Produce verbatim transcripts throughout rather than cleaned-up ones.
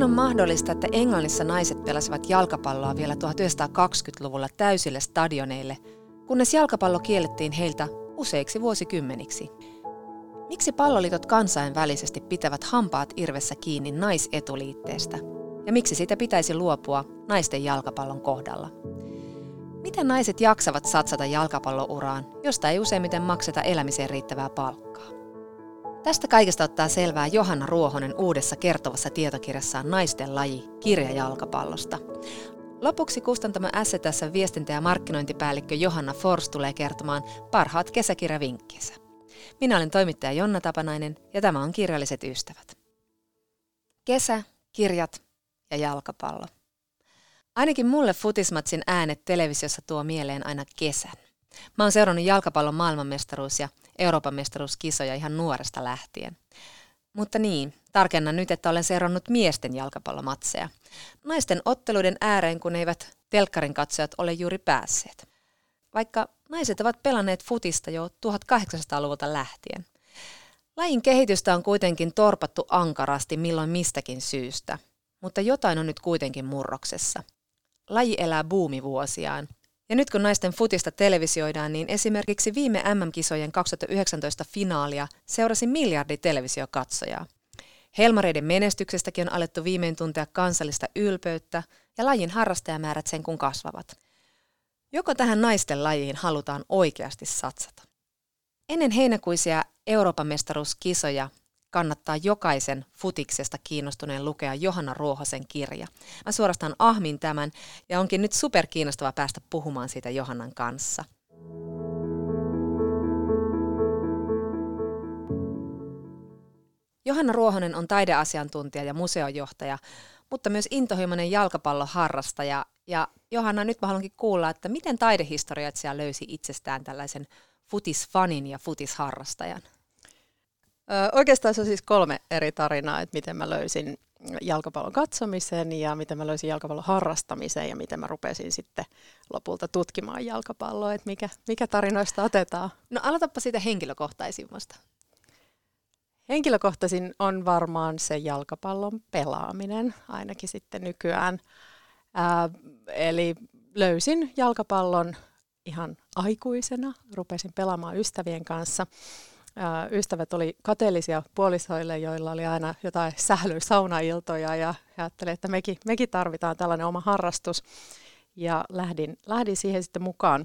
Miten on mahdollista, että Englannissa naiset pelasivat jalkapalloa vielä tuhatyhdeksänsataakaksikymmentäluvulla täysille stadioneille, kunnes jalkapallo kiellettiin heiltä useiksi vuosikymmeniksi? Miksi palloliitot kansainvälisesti pitävät hampaat irvessä kiinni naisetuliitteestä? Ja miksi siitä pitäisi luopua naisten jalkapallon kohdalla? Miten naiset jaksavat satsata jalkapallouraan, josta ei useimmiten makseta elämiseen riittävää palkkaa? Tästä kaikesta ottaa selvää Johanna Ruohonen uudessa kertovassa tietokirjassaan Naisten laji, kirja jalkapallosta. Lopuksi kustantama S Z S:n viestintä- ja markkinointipäällikkö Johanna Fors tulee kertomaan parhaat kesäkirjavinkkinsä. Minä olen toimittaja Jonna Tapanainen ja tämä on Kirjalliset ystävät. Kesä, kirjat ja jalkapallo. Ainakin mulle futismatsin äänet televisiossa tuo mieleen aina kesän. Mä oon seurannut jalkapallon maailmanmestaruus- ja Euroopan mestaruuskisoja ihan nuoresta lähtien. Mutta niin, tarkennan nyt, että olen seurannut miesten jalkapallomatseja. Naisten otteluiden ääreen, kun eivät telkkarin katsojat ole juuri päässeet. Vaikka naiset ovat pelanneet futista jo tuhatkahdeksansataaluvulta lähtien. Lajin kehitystä on kuitenkin torpattu ankarasti milloin mistäkin syystä, mutta jotain on nyt kuitenkin murroksessa. Laji elää buumivuosiaan. Ja nyt kun naisten futista televisioidaan, niin esimerkiksi viime M M-kisojen kaksituhattayhdeksäntoista finaalia seurasi miljardi televisiokatsojaa. Helmareiden menestyksestäkin on alettu viimein tuntea kansallista ylpeyttä ja lajin harrastajamäärät sen kun kasvavat. Joko tähän naisten lajiin halutaan oikeasti satsata? Ennen heinäkuisia Euroopan mestaruuskisoja kannattaa jokaisen futiksesta kiinnostuneen lukea Johanna Ruohosen kirja. Mä suorastaan ahmin tämän ja onkin nyt super kiinnostava päästä puhumaan siitä Johannan kanssa. Johanna Ruohonen on taideasiantuntija ja museojohtaja, mutta myös intohimoinen jalkapalloharrastaja. Ja Johanna, nyt mä haluankin kuulla, että miten taidehistoriatsija löysi itsestään tällaisen futisfanin ja futisharrastajan? Ö, oikeastaan se on siis kolme eri tarinaa, että miten mä löysin jalkapallon katsomisen ja miten mä löysin jalkapallon harrastamisen ja miten mä rupesin sitten lopulta tutkimaan jalkapalloa, että mikä, mikä tarinoista otetaan. No aloitapa siitä henkilökohtaisimmasta. Henkilökohtaisin on varmaan se jalkapallon pelaaminen, ainakin sitten nykyään. Ää, eli löysin jalkapallon ihan aikuisena, rupesin pelaamaan ystävien kanssa. Ää, ystävät oli kateellisia puolisoille, joilla oli aina jotain sählysaunailtoja ja ajattelin, että mekin, mekin tarvitaan tällainen oma harrastus. Ja lähdin, lähdin siihen sitten mukaan.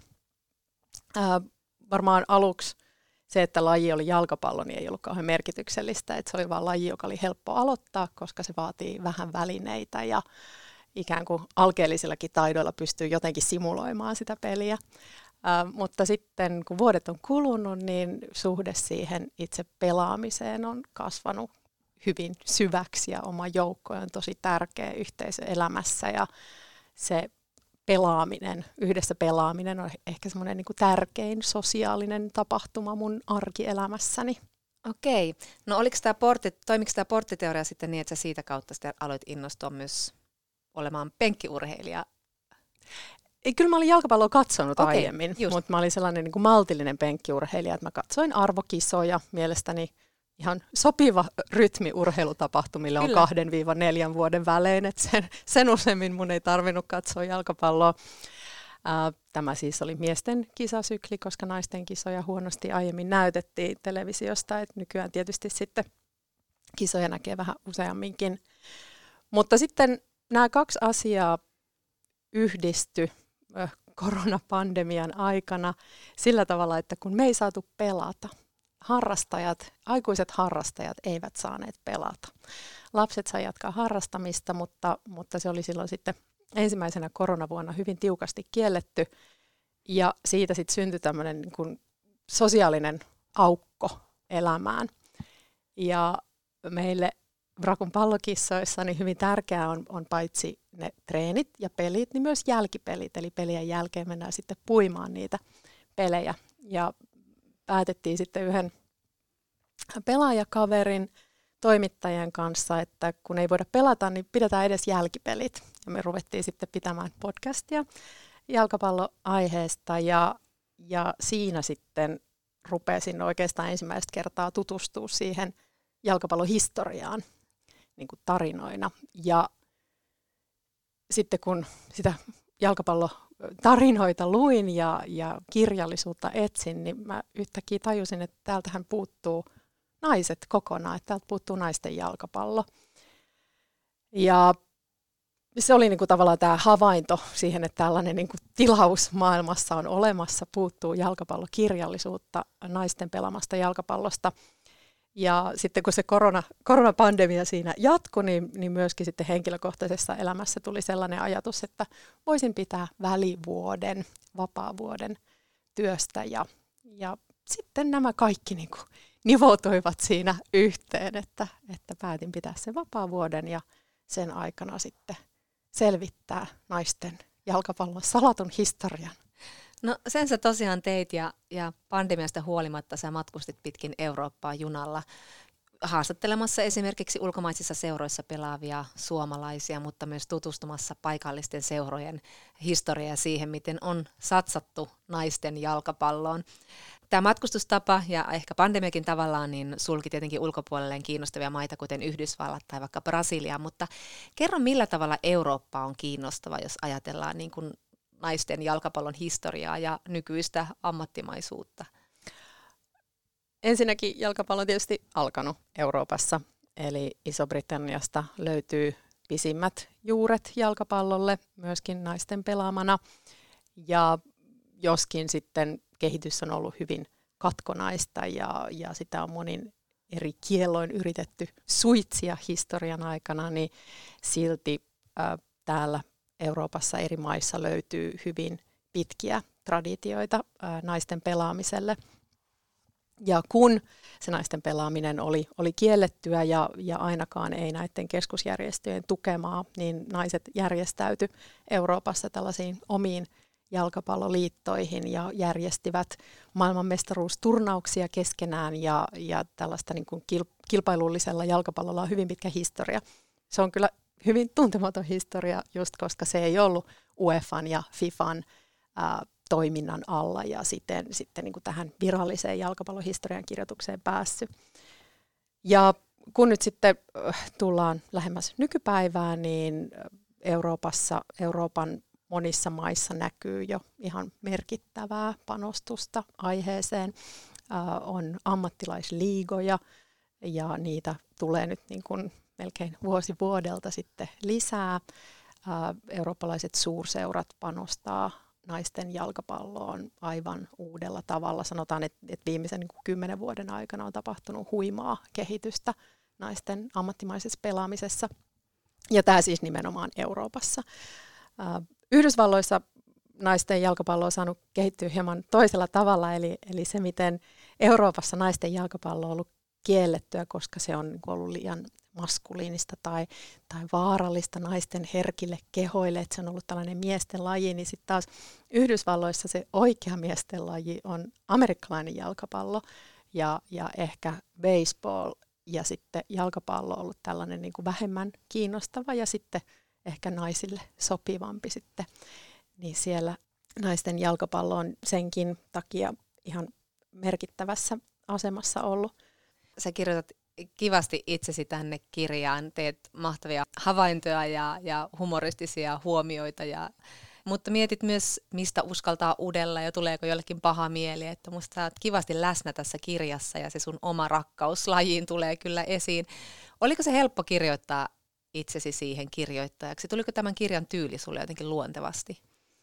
Ää, varmaan aluksi se, että laji oli jalkapallo, niin ei ollut kauhean merkityksellistä. Että se oli vaan laji, joka oli helppo aloittaa, koska se vaatii vähän välineitä ja ikään kuin alkeellisillakin taidoilla pystyy jotenkin simuloimaan sitä peliä. Uh, mutta sitten kun vuodet on kulunut, niin suhde siihen itse pelaamiseen on kasvanut hyvin syväksi ja oma joukko on tosi tärkeä yhteisö elämässä ja se pelaaminen, yhdessä pelaaminen on ehkä semmoinen niin kuin tärkein sosiaalinen tapahtuma mun arkielämässäni. Okei. No oliko tämä portti, toimiko tämä porttiteoria sitten niin, että sä siitä kautta sitten aloit innostua myös olemaan penkkiurheilija? Ei, kyllä mä olin jalkapalloa katsonut Okei, aiemmin, just. mutta mä olin sellainen niin kuin maltillinen penkkiurheilija, että mä katsoin arvokisoja. Mielestäni ihan sopiva rytmi urheilutapahtumille on Kyllä. kahden viiva neljän vuoden välein, että sen, sen useammin mun ei tarvinnut katsoa jalkapalloa. Ää, Tämä siis oli miesten kisasykli, koska naisten kisoja huonosti aiemmin näytettiin televisiosta, että nykyään tietysti sitten kisoja näkee vähän useamminkin. Mutta sitten nämä kaksi asiaa yhdistyi koronapandemian aikana sillä tavalla, että kun me ei saatu pelata, harrastajat, aikuiset harrastajat eivät saaneet pelata. Lapset sai jatkaa harrastamista, mutta, mutta se oli silloin sitten ensimmäisenä koronavuonna hyvin tiukasti kielletty. Ja siitä sitten syntyi tämmöinen niin kuin sosiaalinen aukko elämään. Ja meille Vrakun pallokissoissa niin hyvin tärkeää on, on paitsi ne treenit ja pelit, niin myös jälkipelit. Eli pelien jälkeen mennään sitten puimaan niitä pelejä. Ja päätettiin sitten yhden pelaajakaverin toimittajan kanssa, että kun ei voida pelata, niin pidetään edes jälkipelit. Ja me ruvettiin sitten pitämään podcastia jalkapalloaiheesta ja, ja siinä sitten rupesin oikeastaan ensimmäistä kertaa tutustua siihen jalkapallohistoriaan. niin kuin tarinoina. Ja sitten kun sitä jalkapallotarinoita luin ja, ja kirjallisuutta etsin, niin mä yhtäkkiä tajusin, että täältähän puuttuu naiset kokonaan, että täältä puuttuu naisten jalkapallo. Ja se oli niin kuin tavallaan tämä havainto siihen, että tällainen niin kuin tilaus maailmassa on olemassa, puuttuu jalkapallokirjallisuutta naisten pelaamasta jalkapallosta. Ja sitten kun se korona, koronapandemia siinä jatkui, niin, niin myöskin sitten henkilökohtaisessa elämässä tuli sellainen ajatus, että voisin pitää välivuoden, vapaavuoden työstä. Ja, ja sitten nämä kaikki niin kuin nivoutuivat siinä yhteen, että, että päätin pitää sen vapaavuoden ja sen aikana sitten selvittää naisten jalkapallon salatun historian. No sen sä tosiaan teit ja, ja pandemiasta huolimatta sä matkustit pitkin Eurooppaa junalla haastattelemassa esimerkiksi ulkomaisissa seuroissa pelaavia suomalaisia, mutta myös tutustumassa paikallisten seurojen historiaan siihen, miten on satsattu naisten jalkapalloon. Tämä matkustustapa ja ehkä pandemiakin tavallaan niin sulki tietenkin ulkopuolelleen kiinnostavia maita, kuten Yhdysvallat tai vaikka Brasilia, mutta kerro millä tavalla Eurooppa on kiinnostava, jos ajatellaan niin kuin naisten jalkapallon historiaa ja nykyistä ammattimaisuutta? Ensinnäkin jalkapallo on tietysti alkanut Euroopassa, eli Iso-Britanniasta löytyy pisimmät juuret jalkapallolle, myöskin naisten pelaamana. Ja joskin sitten kehitys on ollut hyvin katkonaista ja, ja sitä on monin eri kielloin yritetty suitsia historian aikana, niin silti äh, täällä Euroopassa eri maissa löytyy hyvin pitkiä traditioita ää, naisten pelaamiselle. Ja kun se naisten pelaaminen oli, oli kiellettyä ja, ja ainakaan ei näiden keskusjärjestöjen tukemaa, niin naiset järjestäytyi Euroopassa tällaisiin omiin jalkapalloliittoihin ja järjestivät maailmanmestaruusturnauksia keskenään ja, ja tällaista niin kuin kil, kilpailullisella jalkapallolla on hyvin pitkä historia. Se on kyllä hyvin tuntematon historia, just koska se ei ollut UEFAn ja FIFAn ää, toiminnan alla ja siten sitten niin kuin tähän viralliseen jalkapallohistorian kirjoitukseen päässyt. Ja kun nyt sitten äh, tullaan lähemmäs nykypäivään, niin Euroopassa, Euroopan monissa maissa näkyy jo ihan merkittävää panostusta aiheeseen. Äh, on ammattilaisliigoja ja niitä tulee nyt niin kuin melkein vuosi vuodelta sitten lisää. Ää, eurooppalaiset suurseurat panostaa naisten jalkapalloon aivan uudella tavalla. Sanotaan, että, että viimeisen niin kuin kymmenen vuoden aikana on tapahtunut huimaa kehitystä naisten ammattimaisessa pelaamisessa. Ja tämä siis nimenomaan Euroopassa. Ää, Yhdysvalloissa naisten jalkapallo on saanut kehittyä hieman toisella tavalla, eli, eli se, miten Euroopassa naisten jalkapallo on ollut kiellettyä, koska se on ollut liian maskuliinista tai, tai vaarallista naisten herkille kehoille, että se on ollut tällainen miesten laji, niin sitten taas Yhdysvalloissa se oikea miesten laji on amerikkalainen jalkapallo ja, ja ehkä baseball ja sitten jalkapallo on ollut tällainen niin kuin vähemmän kiinnostava ja sitten ehkä naisille sopivampi sitten, niin siellä naisten jalkapallo on senkin takia ihan merkittävässä asemassa ollut. Sä kirjoitat kivasti itsesi tänne kirjaan, teet mahtavia havaintoja ja, ja humoristisia huomioita, ja, mutta mietit myös, mistä uskaltaa udella ja tuleeko jollekin paha mieli, että musta sä oot kivasti läsnä tässä kirjassa ja se sun oma rakkaus lajiin tulee kyllä esiin. Oliko se helppo kirjoittaa itsesi siihen kirjoittajaksi? Tuliko tämän kirjan tyyli sulle jotenkin luontevasti?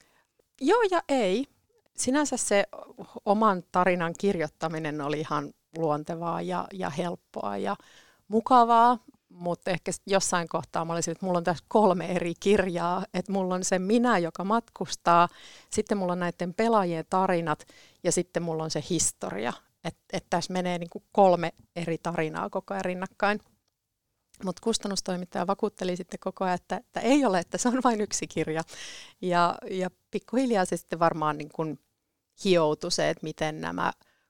Joo ja ei. Sinänsä se oman tarinan kirjoittaminen oli ihan luontevaa ja, ja helppoa ja mukavaa, mutta ehkä jossain kohtaa mä olisin, että mulla on tässä kolme eri kirjaa, että mulla on se minä, joka matkustaa, sitten mulla on näiden pelaajien tarinat ja sitten mulla on se historia, että et tässä menee niinku kolme eri tarinaa koko ajan rinnakkain. Mutta kustannustoimittaja vakuutteli sitten koko ajan, että, että ei ole, että se on vain yksi kirja. Ja, ja pikkuhiljaa se sitten varmaan niin kuin hioutui se, että miten nämä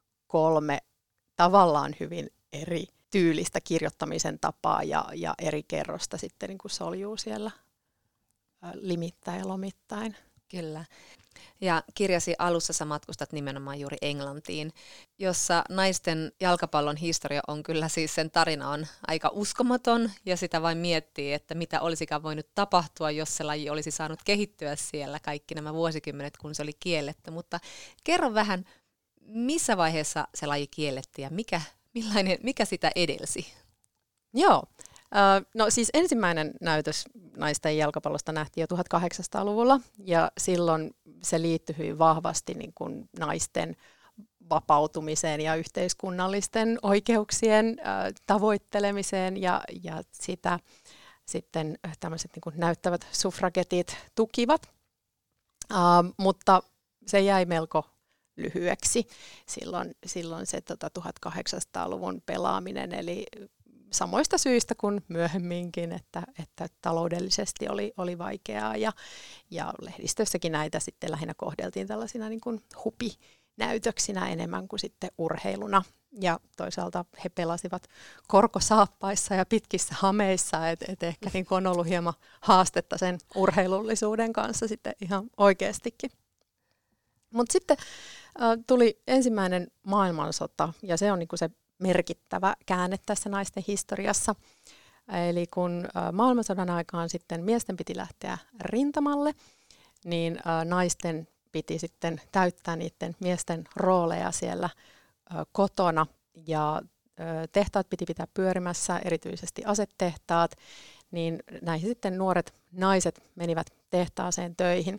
kolme tavallaan hyvin eri tyylistä kirjoittamisen tapaa ja, ja eri kerrosta sitten niin kuin soljuu siellä limittäin ja lomittain. Kyllä. Ja kirjasi alussa sä matkustat nimenomaan juuri Englantiin, jossa naisten jalkapallon historia on kyllä siis, sen tarina on aika uskomaton ja sitä vain miettii, että mitä olisikaan voinut tapahtua, jos se laji olisi saanut kehittyä siellä kaikki nämä vuosikymmenet, kun se oli kielletty. Mutta kerro vähän, missä vaiheessa se laji kiellettiin ja mikä, millainen, mikä sitä edelsi? Joo. No siis ensimmäinen näytös naisten jalkapallosta nähtiin jo tuhatkahdeksansataaluvulla ja silloin se liittyi hyvin vahvasti niin kuin naisten vapautumiseen ja yhteiskunnallisten oikeuksien äh, tavoittelemiseen ja, ja sitä sitten tämmöiset niin kuin näyttävät suffragetit tukivat, äh, mutta se jäi melko lyhyeksi silloin, silloin se tota, tuhatkahdeksansataaluvun pelaaminen, eli samoista syistä kuin myöhemminkin, että, että taloudellisesti oli, oli vaikeaa ja, ja lehdistössäkin näitä sitten lähinnä kohdeltiin tällaisina niin kuin hupinäytöksinä enemmän kuin sitten urheiluna. Ja toisaalta he pelasivat korkosaappaissa ja pitkissä hameissa, että et ehkä niin kuin on ollut hieman haastetta sen urheilullisuuden kanssa sitten ihan oikeastikin. Mutta sitten äh, tuli ensimmäinen maailmansota ja se on niin kuin se merkittävä käänne tässä naisten historiassa. Eli kun maailmansodan aikaan sitten miesten piti lähteä rintamalle, niin naisten piti sitten täyttää niiden miesten rooleja siellä kotona. Ja tehtaat piti pitää pyörimässä, erityisesti asetehtaat, niin näihin sitten nuoret naiset menivät tehtaaseen töihin.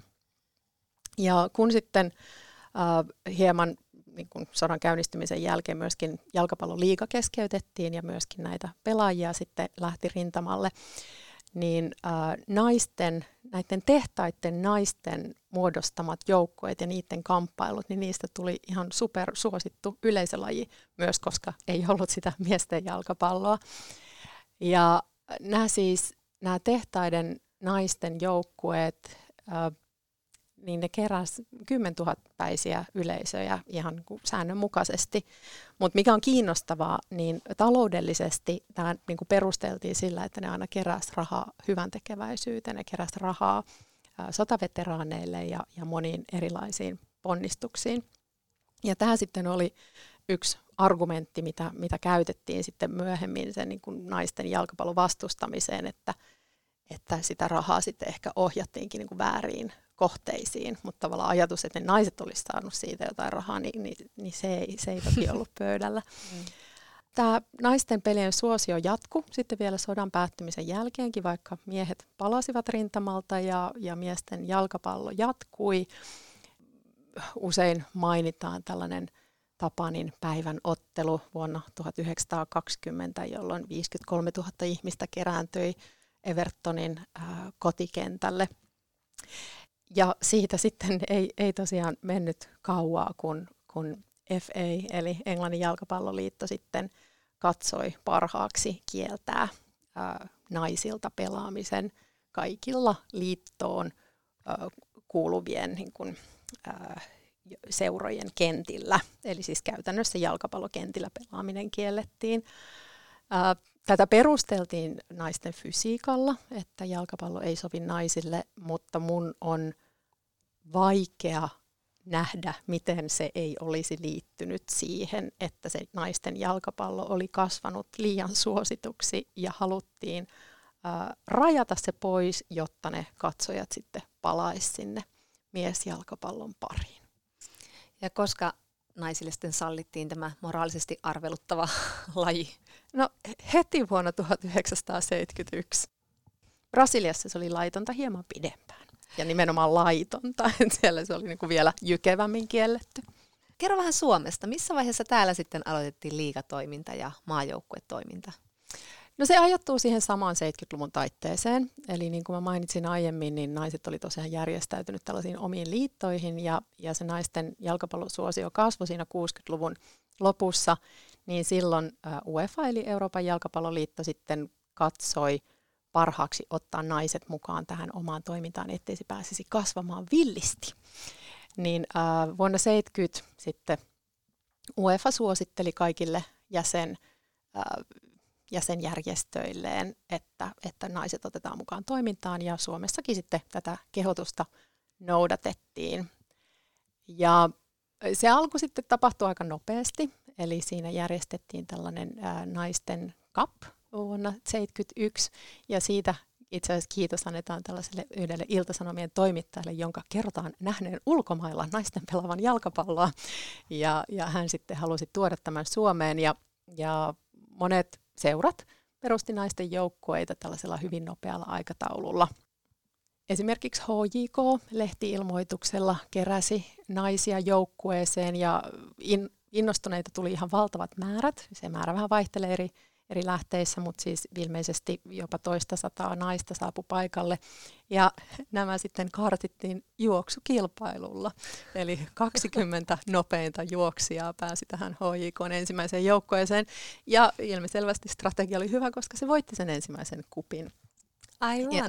Ja kun sitten hieman niin kun sodan käynnistymisen jälkeen myöskin jalkapalloliiga keskeytettiin ja myöskin näitä pelaajia sitten lähti rintamalle, niin ää, naisten, näiden tehtaiden naisten muodostamat joukkueet ja niiden kamppailut, niin niistä tuli ihan supersuosittu yleisölaji myös, koska ei ollut sitä miesten jalkapalloa. Ja nämä siis, nämä tehtaiden naisten joukkueet, ää, niin ne keräsi kymmentuhatpäisiä yleisöjä ihan säännönmukaisesti. Mutta mikä on kiinnostavaa, niin taloudellisesti tämä niin kuin perusteltiin sillä, että ne aina keräsi rahaa hyväntekeväisyyteen, ne keräsi rahaa ää, sotaveteraaneille ja, ja moniin erilaisiin ponnistuksiin. Ja tämä sitten oli yksi argumentti, mitä, mitä käytettiin sitten myöhemmin sen niin kuin naisten jalkapallon vastustamiseen, että, että sitä rahaa sitten ehkä ohjattiinkin niin kuin vääriin kohteisiin, mutta tavallaan ajatus, että ne naiset olisi saanut siitä jotain rahaa, niin, niin, niin se, ei, se ei toki ollut pöydällä. Mm. Tämä naisten pelien suosio jatkui sitten vielä sodan päättymisen jälkeenkin, vaikka miehet palasivat rintamalta ja, ja miesten jalkapallo jatkui. Usein mainitaan tällainen Tapanin päivän ottelu vuonna tuhatyhdeksänsataakaksikymmentä, jolloin viisikymmentäkolmetuhatta ihmistä kerääntyi Evertonin äh, kotikentälle. Ja siitä sitten ei, ei tosiaan mennyt kauaa, kun, kun F A eli Englannin jalkapalloliitto sitten katsoi parhaaksi kieltää ää, naisilta pelaamisen kaikilla liittoon ää, kuuluvien niin kun, ää, seurojen kentillä. Eli siis käytännössä jalkapallokentillä pelaaminen kiellettiin. Ää, Tätä perusteltiin naisten fysiikalla, että jalkapallo ei sovi naisille, mutta mun on vaikea nähdä, miten se ei olisi liittynyt siihen, että se naisten jalkapallo oli kasvanut liian suosituksi ja haluttiin ää, rajata se pois, jotta ne katsojat sitten palaisi sinne miesjalkapallon pariin. Ja koska naisille sitten sallittiin tämä moraalisesti arveluttava laji? No heti vuonna tuhatyhdeksänsataaseitsemänkymmentäyksi. Brasiliassa se oli laitonta hieman pidempään. Ja nimenomaan laitonta, että siellä se oli niin kuin vielä jykevämmin kielletty. Kerro vähän Suomesta. Missä vaiheessa täällä sitten aloitettiin liigatoiminta ja maajoukkuetoiminta? No se ajoittuu siihen samaan seitsemänkymmentäluvun taitteeseen. Eli niin kuin mä mainitsin aiemmin, niin naiset oli tosiaan järjestäytynyt tällaisiin omiin liittoihin ja, ja se naisten jalkapallosuosio kasvoi siinä kuusikymmentäluvun lopussa. Niin silloin UEFA eli Euroopan jalkapalloliitto sitten katsoi parhaaksi ottaa naiset mukaan tähän omaan toimintaan, ettei se pääsisi kasvamaan villisti. Niin äh, vuonna seitsemänkymmentä sitten UEFA suositteli kaikille jäsen, äh, jäsenjärjestöilleen, että, että naiset otetaan mukaan toimintaan, ja Suomessakin sitten tätä kehotusta noudatettiin. Ja se alku sitten tapahtui aika nopeasti, eli siinä järjestettiin tällainen ää, naisten cup vuonna tuhatyhdeksänsataaseitsemänkymmentäyksi, ja siitä itse asiassa kiitos annetaan tällaiselle yhdelle Ilta-Sanomien toimittajalle, jonka kerrotaan nähneen ulkomailla naisten pelaavan jalkapalloa, ja, ja hän sitten halusi tuoda tämän Suomeen, ja, ja monet seurat perusti naisten joukkueita tällaisella hyvin nopealla aikataululla. Esimerkiksi H J K lehti-ilmoituksella keräsi naisia joukkueeseen ja in, innostuneita tuli ihan valtavat määrät. Se määrä vähän vaihtelee eri, eri lähteissä, mutta siis ilmeisesti jopa toista sataa naista saapui paikalle. Ja nämä sitten kartittiin juoksukilpailulla. Eli kaksikymmentä nopeinta juoksijaa pääsi tähän H J K:n ensimmäiseen joukkueeseen. Ja ilmiselvästi strategia oli hyvä, koska se voitti sen ensimmäisen kupin. Aivan. Ja,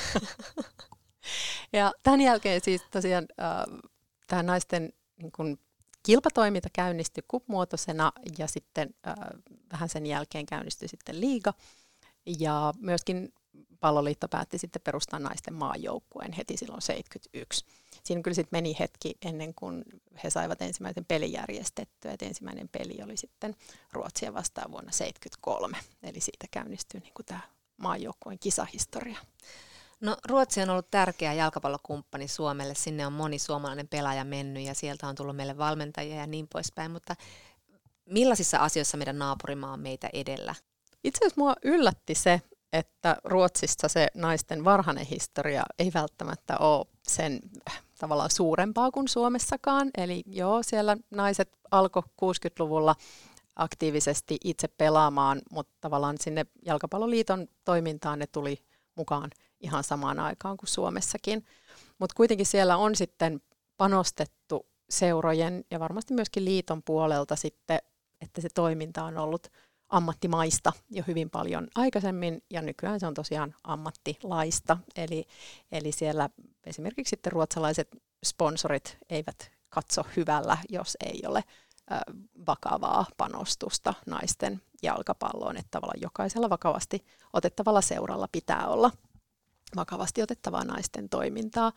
ja tämän jälkeen siis tosiaan äh, tämä naisten niin kun, kilpatoiminta käynnistyi cup-muotoisena ja sitten äh, vähän sen jälkeen käynnistyi sitten liiga. Ja myöskin Palloliitto päätti sitten perustaa naisten maajoukkueen heti silloin seitsemänkymmentäyksi. Siinä kyllä sitten meni hetki ennen kuin he saivat ensimmäisen pelin järjestettyä. Et ensimmäinen peli oli sitten Ruotsia vastaan vuonna seitsemänkymmentäkolme. Eli siitä käynnistyi niin kuin tämä maajoukkueen kisahistoria. No, Ruotsi on ollut tärkeä jalkapallokumppani Suomelle. Sinne on moni suomalainen pelaaja mennyt ja sieltä on tullut meille valmentajia ja niin poispäin. Mutta millaisissa asioissa meidän naapurimaa on meitä edellä? Itse asiassa mua yllätti se, että Ruotsissa se naisten varhainen historia ei välttämättä ole sen tavallaan suurempaa kuin Suomessakaan. Eli joo, siellä naiset alkoi kuusikymmentäluvulla aktiivisesti itse pelaamaan, mutta tavallaan sinne Jalkapalloliiton toimintaan ne tuli mukaan ihan samaan aikaan kuin Suomessakin. Mutta kuitenkin siellä on sitten panostettu seurojen ja varmasti myöskin liiton puolelta sitten, että se toiminta on ollut ammattimaista jo hyvin paljon aikaisemmin ja nykyään se on tosiaan ammattilaista. Eli, eli siellä esimerkiksi sitten ruotsalaiset sponsorit eivät katso hyvällä, jos ei ole vakavaa panostusta naisten jalkapalloon, että tavallaan jokaisella vakavasti otettavalla seuralla pitää olla vakavasti otettavaa naisten toimintaa.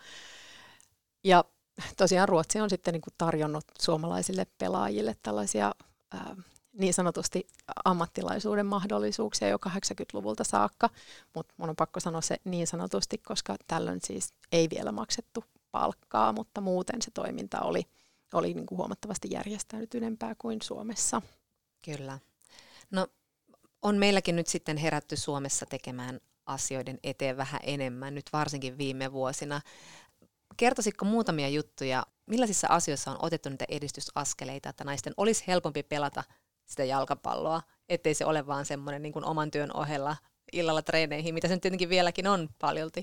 Ja tosiaan Ruotsi on sitten niin kuin tarjonnut suomalaisille pelaajille tällaisia ää, niin sanotusti ammattilaisuuden mahdollisuuksia jo kahdeksankymmentäluvulta saakka, mutta mun on pakko sanoa se niin sanotusti, koska tällöin siis ei vielä maksettu palkkaa, mutta muuten se toiminta oli oli niin kuin huomattavasti järjestäytyneempää kuin Suomessa. Kyllä. No, on meilläkin nyt sitten herätty Suomessa tekemään asioiden eteen vähän enemmän, nyt varsinkin viime vuosina. Kertoisitko muutamia juttuja, millaisissa asioissa on otettu niitä edistysaskeleita, että naisten olisi helpompi pelata sitä jalkapalloa, ettei se ole vaan semmoinen niin kuin oman työn ohella illalla treeneihin, mitä se nyt tietenkin vieläkin on paljolti.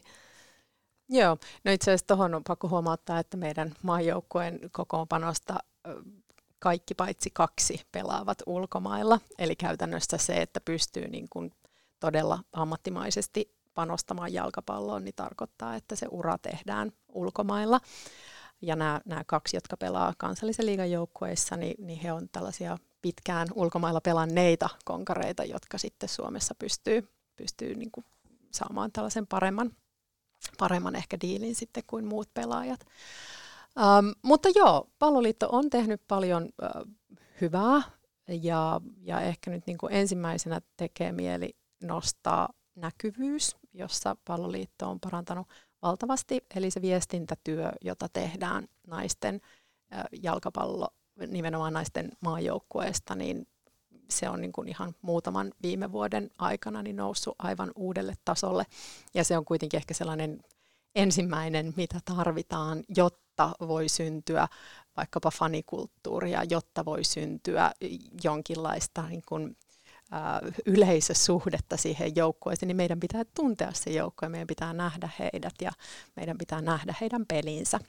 Joo, no itse asiassa tuohon on pakko huomauttaa, että meidän maajoukkueen kokoonpanosta kaikki paitsi kaksi pelaavat ulkomailla. Eli käytännössä se, että pystyy niin kuin todella ammattimaisesti panostamaan jalkapalloon, niin tarkoittaa, että se ura tehdään ulkomailla. Ja nämä, nämä kaksi, jotka pelaa kansallisen liigan joukkueissa, niin, niin he on tällaisia pitkään ulkomailla pelanneita konkareita, jotka sitten Suomessa pystyy, pystyy niin kuin saamaan tällaisen paremman paremman ehkä diilin sitten kuin muut pelaajat. Ähm, mutta joo, Palloliitto on tehnyt paljon äh, hyvää ja, ja ehkä nyt niin kuin ensimmäisenä tekee mieli nostaa näkyvyys, jossa Palloliitto on parantanut valtavasti, eli se viestintätyö, jota tehdään naisten äh, jalkapallo, nimenomaan naisten maajoukkueesta, niin se on niin kuin ihan muutaman viime vuoden aikana niin noussut aivan uudelle tasolle. Ja se on kuitenkin ehkä sellainen ensimmäinen, mitä tarvitaan, jotta voi syntyä vaikkapa fanikulttuuria, jotta voi syntyä jonkinlaista niin kuin, ä, yleisösuhdetta siihen joukkueeseen, niin meidän pitää tuntea se joukkue, meidän pitää nähdä heidät ja meidän pitää nähdä heidän pelinsä.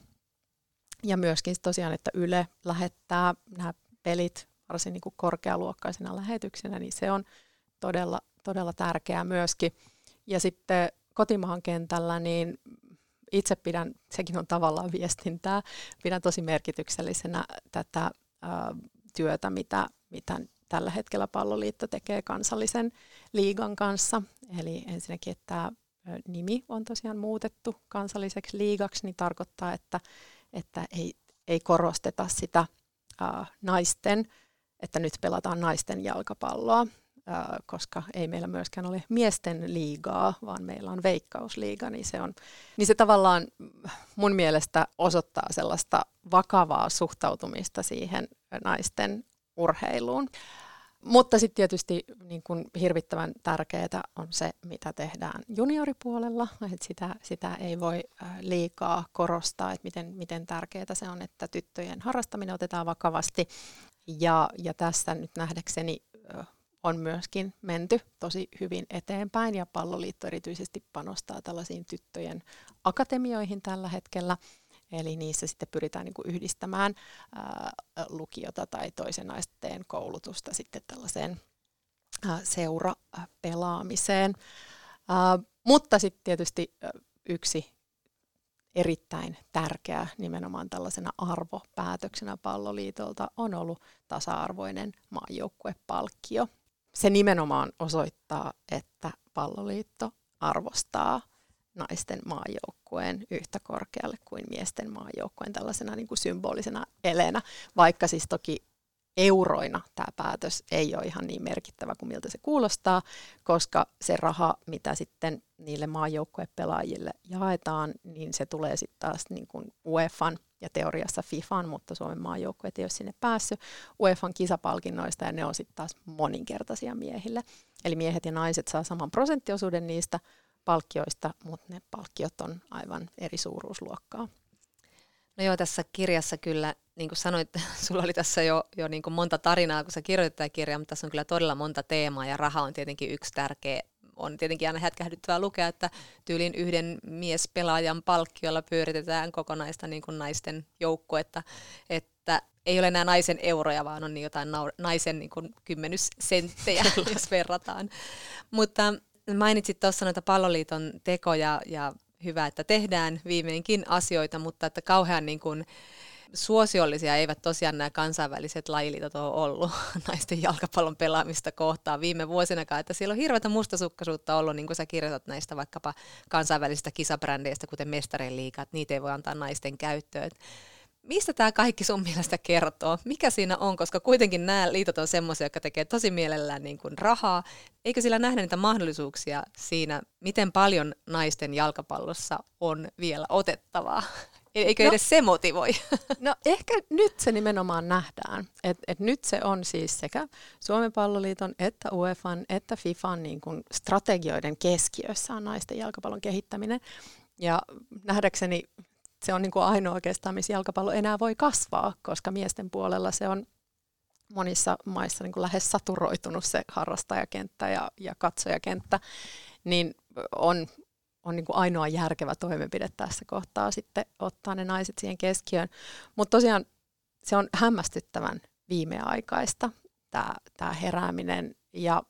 Ja myöskin tosiaan, että Yle lähettää nämä pelit varsin niin kuin korkealuokkaisena lähetyksenä, niin se on todella, todella tärkeää myöskin. Ja sitten kotimaan kentällä, niin itse pidän, sekin on tavallaan viestintää, pidän tosi merkityksellisenä tätä ää, työtä, mitä, mitä tällä hetkellä Palloliitto tekee kansallisen liigan kanssa. Eli ensinnäkin, että nimi on tosiaan muutettu kansalliseksi liigaksi, niin tarkoittaa, että, että ei, ei korosteta sitä äh, naisten, että nyt pelataan naisten jalkapalloa, äh, koska ei meillä myöskään ole miesten liigaa, vaan meillä on veikkausliiga, niin se, on, niin se tavallaan mun mielestä osoittaa sellaista vakavaa suhtautumista siihen naisten urheiluun. Mutta sitten tietysti niin kun hirvittävän tärkeää on se, mitä tehdään junioripuolella. Et sitä, sitä ei voi liikaa korostaa, että miten, miten tärkeää se on, että tyttöjen harrastaminen otetaan vakavasti. Ja, ja tässä nyt nähdäkseni on myöskin menty tosi hyvin eteenpäin, ja Palloliitto erityisesti panostaa tällaisiin tyttöjen akatemioihin tällä hetkellä. Eli niissä sitten pyritään niin kuin yhdistämään ää, lukiota tai toisen asteen koulutusta sitten tällaiseen ää, seurapelaamiseen. Ää, mutta sitten tietysti ää, yksi erittäin tärkeä nimenomaan tällaisena arvopäätöksenä Palloliitolta on ollut tasa-arvoinen maajoukkuepalkkio. Se nimenomaan osoittaa, että Palloliitto arvostaa naisten maajoukkueen yhtä korkealle kuin miesten maajoukkueen tällaisena niin kuin symbolisena eleenä, vaikka siis toki euroina tämä päätös ei ole ihan niin merkittävä kuin miltä se kuulostaa, koska se raha, mitä sitten niille maajoukkuepelaajille jaetaan, niin se tulee sitten taas niin kuin UEFan ja teoriassa FIFAn, mutta Suomen maajoukkueet ei ole sinne päässyt, UEFan kisapalkinnoista, ja ne on sitten taas moninkertaisia miehille. Eli miehet ja naiset saa saman prosenttiosuuden niistä palkkioista, mutta ne palkkiot on aivan eri suuruusluokkaa. No joo, tässä kirjassa kyllä, niin kuin sanoit, sulla oli tässä jo, jo niin kuin monta tarinaa, kun sä kirjoitit tätä kirjaa, mutta tässä on kyllä todella monta teemaa, ja raha on tietenkin yksi tärkeä. On tietenkin aina hätkähdyttävää lukea, että tyylin yhden miespelaajan palkkiolla pyöritetään kokonaista niin kuin naisten joukkuetta, että ei ole enää naisen euroja, vaan on niin jotain naisen niin kuin kymmenyssenttejä, jos verrataan. Mutta mainitsit tuossa noita Palloliiton tekoja, ja hyvä, että tehdään viimeinkin asioita, mutta että kauhean niin kuin suosiollisia eivät tosiaan nämä kansainväliset lajiliitot ole ollut naisten jalkapallon pelaamista kohtaan viime vuosinakaan, että siellä on hirveätä mustasukkaisuutta ollut, niin kuin sä kirjoitat näistä vaikkapa kansainvälisistä kisabrändeistä, kuten Mestarien liiga, että niitä ei voi antaa naisten käyttöön. Mistä tämä kaikki sun mielestä kertoo? Mikä siinä on? Koska kuitenkin nämä liitot on semmoisia, jotka tekee tosi mielellään niin kuin rahaa. Eikö sillä nähdä niitä mahdollisuuksia siinä, miten paljon naisten jalkapallossa on vielä otettavaa? Eikö no, edes se motivoi? No ehkä nyt se nimenomaan nähdään. Et, et nyt se on siis sekä Suomen Palloliiton että UEFan että FIFAn niin kuin strategioiden keskiössä on naisten jalkapallon kehittäminen. Ja nähdäkseni se on niin kuin ainoa oikeastaan, missä jalkapallo enää voi kasvaa, koska miesten puolella se on monissa maissa niin kuin lähes saturoitunut se harrastajakenttä ja, ja katsojakenttä, niin on, on niin kuin ainoa järkevä toimenpide tässä kohtaa sitten ottaa ne naiset siihen keskiöön. Mutta tosiaan se on hämmästyttävän viimeaikaista, tämä, tämä herääminen, ja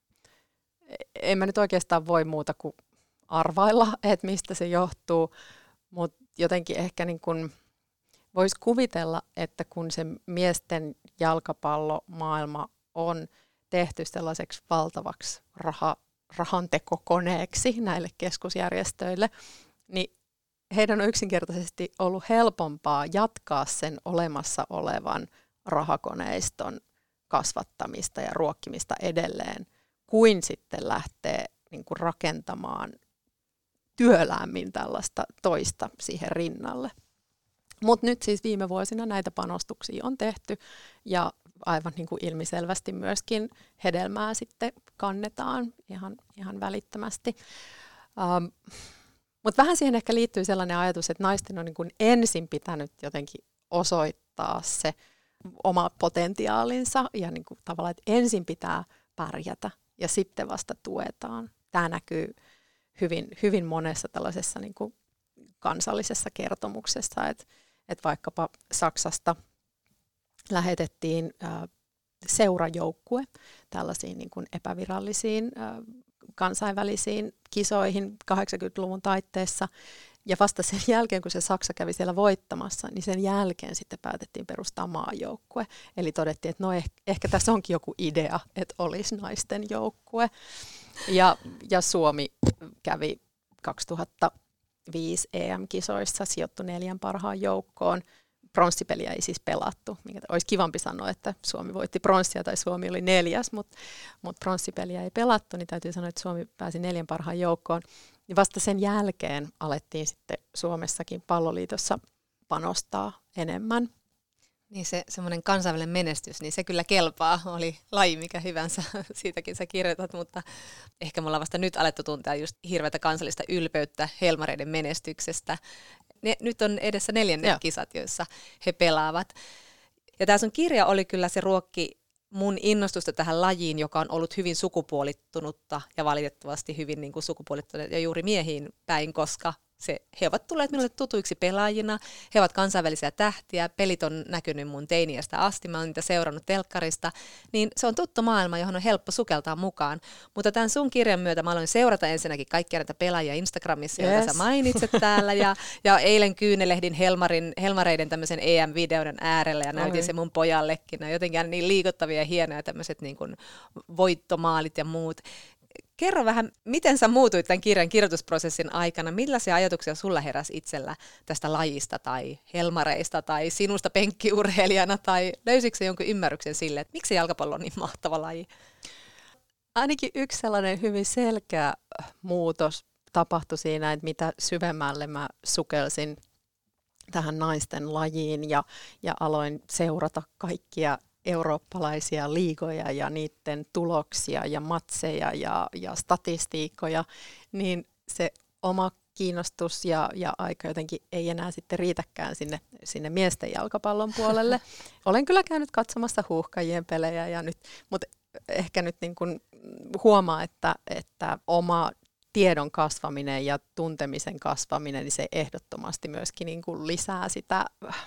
en mä nyt oikeastaan voi muuta kuin arvailla, että mistä se johtuu, mutta jotenkin ehkä niin kun voisi kuvitella, että kun se miesten jalkapallomaailma on tehty sellaiseksi valtavaksi raha, rahantekokoneeksi näille keskusjärjestöille, niin heidän on yksinkertaisesti ollut helpompaa jatkaa sen olemassa olevan rahakoneiston kasvattamista ja ruokkimista edelleen, kuin sitten lähtee niin kun rakentamaan työläämmin tällaista toista siihen rinnalle. Mutta nyt siis viime vuosina näitä panostuksia on tehty, ja aivan niin kuin ilmiselvästi myöskin hedelmää sitten kannetaan ihan, ihan välittömästi. Um, Mutta vähän siihen ehkä liittyy sellainen ajatus, että naisten on niin kuin ensin pitänyt jotenkin osoittaa se oma potentiaalinsa, ja niin kuin tavallaan, että ensin pitää pärjätä ja sitten vasta tuetaan. Tämä näkyy hyvin, hyvin monessa tällaisessa niin kuin kansallisessa kertomuksessa, että, että vaikkapa Saksasta lähetettiin ä, seurajoukkue tällaisiin niin kuin epävirallisiin ä, kansainvälisiin kisoihin kahdeksankymmentäluvun taitteessa, ja vasta sen jälkeen, kun se Saksa kävi siellä voittamassa, niin sen jälkeen sitten päätettiin perustaa maajoukkue. Eli todettiin, että no ehkä, ehkä tässä onkin joku idea, että olisi naisten joukkue. Ja, ja Suomi kävi kaksituhattaviisi E M-kisoissa sijoittui neljän parhaan joukkoon. Pronssipeliä ei siis pelattu. Olisi kivampi sanoa, että Suomi voitti pronssia tai Suomi oli neljäs, mutta, mutta pronssipeliä ei pelattu, niin täytyy sanoa, että Suomi pääsi neljän parhaan joukkoon. Ja vasta sen jälkeen alettiin sitten Suomessakin Palloliitossa panostaa enemmän. Niin se semmoinen kansainvälinen menestys, niin se kyllä kelpaa, oli laji mikä hyvänsä, siitäkin sä kirjoitat, mutta ehkä me ollaan vasta nyt alettu tuntea just hirveätä kansallista ylpeyttä Helmareiden menestyksestä. Ne, nyt on edessä neljännet Joo. kisat, joissa he pelaavat. Ja tämä sun kirja oli kyllä se ruokki mun innostusta tähän lajiin, joka on ollut hyvin sukupuolittunutta ja valitettavasti hyvin niin kuin sukupuolittunut ja juuri miehiin päin, koska se, he ovat tulleet minulle tutuiksi pelaajina, he ovat kansainvälisiä tähtiä, pelit on näkynyt mun teiniästä asti, mä oon niitä seurannut telkkarista, niin se on tuttu maailma, johon on helppo sukeltaa mukaan. Mutta tämän sun kirjan myötä mä aloin seurata ensinnäkin kaikkia näitä pelaajia Instagramissa, yes. joita sä mainitset täällä, ja, ja eilen kyynelehdin Helmarin, Helmareiden tämmöisen E M-videon äärellä, ja näytin Oi. se mun pojallekin, ne jotenkin niin liikuttavia ja hienoja tämmöiset niin kuin voittomaalit ja muut. Kerro vähän, miten sä muutuit tämän kirjan kirjoitusprosessin aikana, millaisia ajatuksia sulla heräsi itsellä tästä lajista tai Helmareista tai sinusta penkkiurheilijana, tai löysitkö jonkun ymmärryksen sille, että miksi jalkapallo on niin mahtava laji? Ainakin yksi sellainen hyvin selkeä muutos tapahtui siinä, että mitä syvemmälle mä sukelsin tähän naisten lajiin ja, ja aloin seurata kaikkia eurooppalaisia liigoja ja niiden tuloksia ja matseja ja, ja statistiikkoja, niin se oma kiinnostus ja, ja aika jotenkin ei enää sitten riitäkään sinne, sinne miesten jalkapallon puolelle. Olen kyllä käynyt katsomassa Huuhkajien pelejä, ja nyt, mutta ehkä nyt niin kuin huomaa, että, että oma tiedon kasvaminen ja tuntemisen kasvaminen, niin se ehdottomasti myöskin niin kuin lisää sitä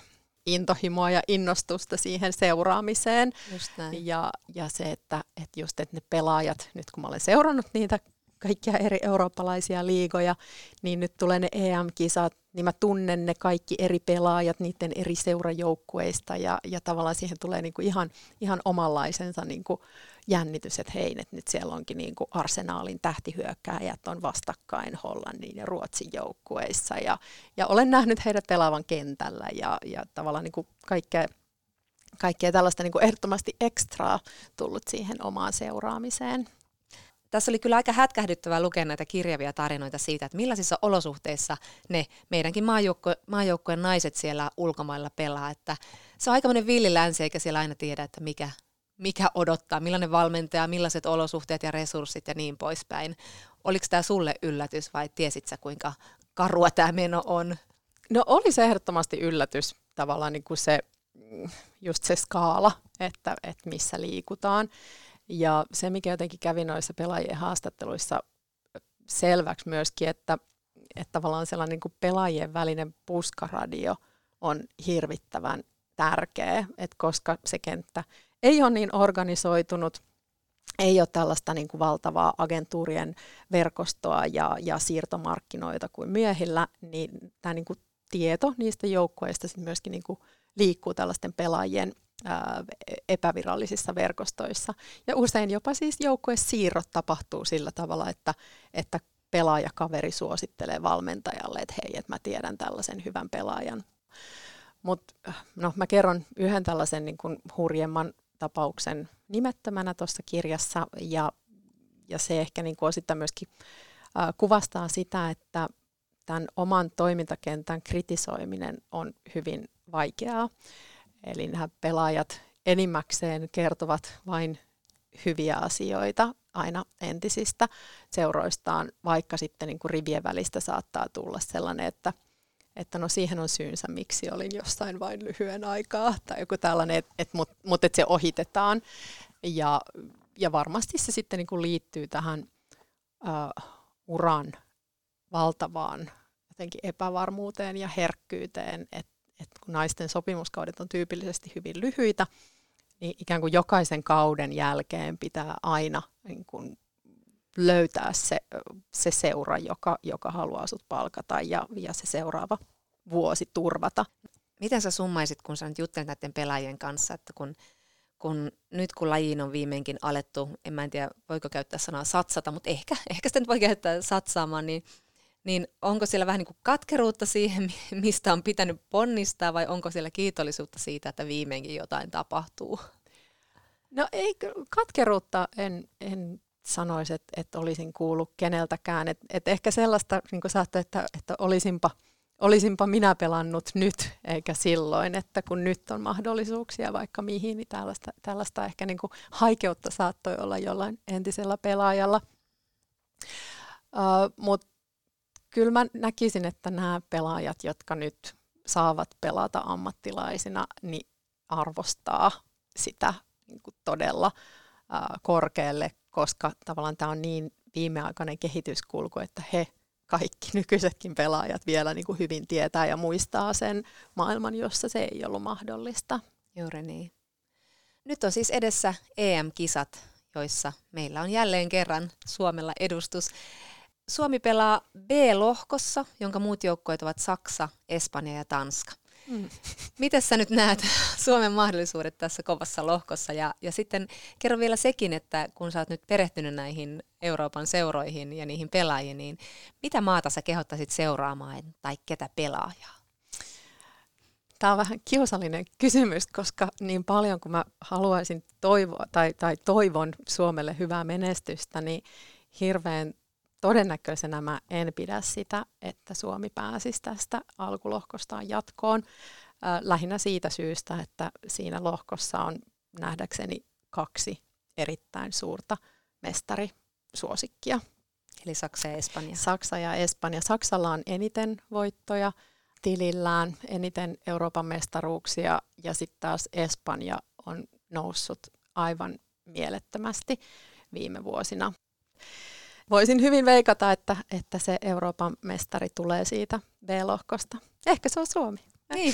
intohimoa ja innostusta siihen seuraamiseen. Ja, ja se, että, että just että ne pelaajat, nyt kun mä olen seurannut niitä kaikkia eri eurooppalaisia liigoja, niin nyt tulee ne E M-kisat, niin mä tunnen ne kaikki eri pelaajat niiden eri seurajoukkueista, ja, ja tavallaan siihen tulee niinku ihan, ihan omanlaisensa niinku jännitys, että hei, että nyt siellä onkin niinku Arsenaalin tähtihyökkääjät on vastakkain Hollannin ja Ruotsin joukkueissa, ja, ja olen nähnyt heidät pelaavan kentällä, ja, ja tavallaan niinku kaikkea, kaikkea tällaista niinku ehdottomasti ekstraa tullut siihen omaan seuraamiseen. Tässä oli kyllä aika hätkähdyttävää lukea näitä kirjavia tarinoita siitä, että millaisissa olosuhteissa ne meidänkin maajoukko, maajoukkojen naiset siellä ulkomailla pelaa. Että se on aikamoinen villilänsi, eikä siellä aina tiedä, että mikä, mikä odottaa, millainen valmentaja, millaiset olosuhteet ja resurssit ja niin poispäin. Oliko tämä sulle yllätys vai tiesit sä, kuinka karua tämä meno on? No oli se ehdottomasti yllätys, tavallaan niin kuin se, just se skaala, että, että missä liikutaan. Ja se, mikä jotenkin kävi noissa pelaajien haastatteluissa selväksi myöskin, että, että tavallaan sellainen niin kuin pelaajien välinen puskaradio on hirvittävän tärkeä, että koska se kenttä ei ole niin organisoitunut, ei ole tällaista niin kuin valtavaa agentuurien verkostoa ja, ja siirtomarkkinoita kuin miehillä, niin tämä niin kuin tieto niistä joukkueista sitten myöskin niin kuin liikkuu tällaisten pelaajien epävirallisissa verkostoissa. Ja usein jopa siis joukkuesiirrot tapahtuu sillä tavalla, että, että pelaajakaveri suosittelee valmentajalle, että hei, että mä tiedän tällaisen hyvän pelaajan. Mutta no, mä kerron yhden tällaisen niin kuin hurjemman tapauksen nimettömänä tuossa kirjassa, ja, ja se ehkä niin kuin osittain myöskin äh, kuvastaa sitä, että tämän oman toimintakentän kritisoiminen on hyvin vaikeaa. Eli nämä pelaajat enimmäkseen kertovat vain hyviä asioita aina entisistä seuroistaan, vaikka sitten niin kuin rivien välistä saattaa tulla sellainen, että, että no siihen on syynsä, miksi olin jossain vain lyhyen aikaa, tai joku tällainen, että et, mutta mut, et se ohitetaan. Ja, ja varmasti se sitten niin kuin liittyy tähän uh, uran valtavaan jotenkin epävarmuuteen ja herkkyyteen, että että kun naisten sopimuskaudet on tyypillisesti hyvin lyhyitä, niin ikään kuin jokaisen kauden jälkeen pitää aina niin kuin löytää se, se seura, joka, joka haluaa sut palkata, ja, ja se seuraava vuosi turvata. Miten sä summaisit, kun sä nyt juttelet näiden pelaajien kanssa, että kun, kun nyt kun lajiin on viimeinkin alettu, en mä en tiedä voiko käyttää sanaa satsata, mutta ehkä, ehkä sitä nyt voi käyttää satsaamaan, niin niin onko siellä vähän niin kuin katkeruutta siihen, mistä on pitänyt ponnistaa, vai onko siellä kiitollisuutta siitä, että viimeinkin jotain tapahtuu? No ei, katkeruutta en, en sanoisi, että, että olisin kuullut keneltäkään. Et, et ehkä sellaista, niin kuin saatte, että, että olisinpa, olisinpa minä pelannut nyt, eikä silloin, että kun nyt on mahdollisuuksia vaikka mihin, niin tällaista, tällaista ehkä niin kuin haikeutta saattoi olla jollain entisellä pelaajalla. Uh, Mutta kyllä mä näkisin, että nämä pelaajat, jotka nyt saavat pelata ammattilaisina, niin arvostaa sitä niin kuin todella uh, korkealle, koska tavallaan tämä on niin viimeaikainen kehityskulku, että he kaikki nykyisetkin pelaajat vielä niin kuin hyvin tietää ja muistaa sen maailman, jossa se ei ollut mahdollista. Juuri niin. Nyt on siis edessä E M-kisat, joissa meillä on jälleen kerran Suomella edustus. Suomi pelaa B-lohkossa, jonka muut joukkueet ovat Saksa, Espanja ja Tanska. Mm. Miten sä nyt näet Suomen mahdollisuudet tässä kovassa lohkossa? Ja, ja sitten kerro vielä sekin, että kun sä oot nyt perehtynyt näihin Euroopan seuroihin ja niihin pelaajiin, niin mitä maata sä kehottaisit seuraamaan tai ketä pelaajaa? Tämä on vähän kiusallinen kysymys, koska niin paljon kuin mä haluaisin toivoa tai, tai toivon Suomelle hyvää menestystä, niin hirveän todennäköisenä mä en pidä sitä, että Suomi pääsisi tästä alkulohkostaan jatkoon. Äh, lähinnä siitä syystä, että siinä lohkossa on nähdäkseni kaksi erittäin suurta mestarisuosikkia. Eli Saksa ja Espanja. Saksa ja Espanja. Saksalla on eniten voittoja tilillään, eniten Euroopan mestaruuksia, ja sitten taas Espanja on noussut aivan mielettömästi viime vuosina. Voisin hyvin veikata, että, että se Euroopan mestari tulee siitä B-lohkosta. Ehkä se on Suomi. Niin.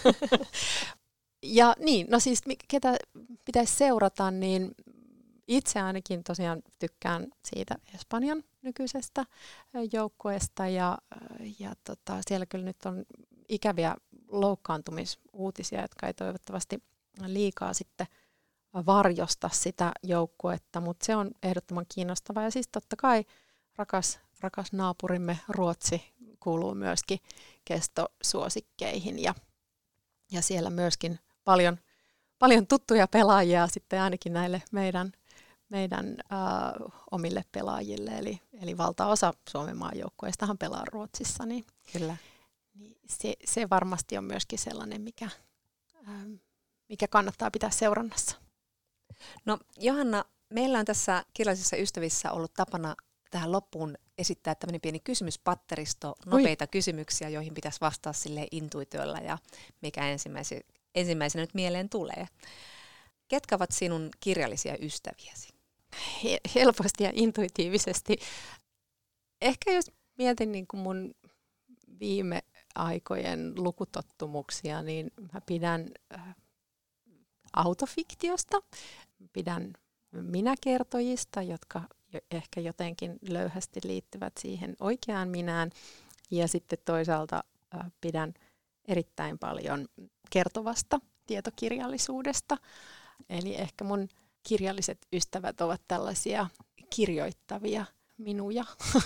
Ja niin, no siis ketä pitäisi seurata, niin itse ainakin tosiaan tykkään siitä Espanjan nykyisestä joukkueesta, ja, ja tota, siellä kyllä nyt on ikäviä loukkaantumisuutisia, jotka ei toivottavasti liikaa sitten varjosta sitä joukkuetta, mutta se on ehdottoman kiinnostavaa. Ja siis totta kai rakas, rakas naapurimme Ruotsi kuuluu myöskin kestosuosikkeihin, ja, ja siellä myöskin paljon, paljon tuttuja pelaajia sitten ainakin näille meidän, meidän äh, omille pelaajille, eli, eli valtaosa Suomen maajoukkueistahan pelaa Ruotsissa, niin, Kyllä. niin se, se varmasti on myöskin sellainen, mikä, äh, mikä kannattaa pitää seurannassa. No Johanna, meillä on tässä Kirjallisissa ystävissä ollut tapana tähän loppuun esittää tämmöinen pieni kysymyspatteristo, nopeita Ui. kysymyksiä, joihin pitäisi vastata silleen intuitiolla ja mikä ensimmäisenä, ensimmäisenä nyt mieleen tulee. Ketkä ovat sinun kirjallisia ystäviäsi? Helposti ja intuitiivisesti. Ehkä jos mietin niin kuin mun viime aikojen lukutottumuksia, niin mä pidän äh, autofiktiosta, pidän minäkertojista, jotka ehkä jotenkin löyhästi liittyvät siihen oikeaan minään, ja sitten toisaalta äh, pidän erittäin paljon kertovasta tietokirjallisuudesta. Eli ehkä mun kirjalliset ystävät ovat tällaisia kirjoittavia minuja.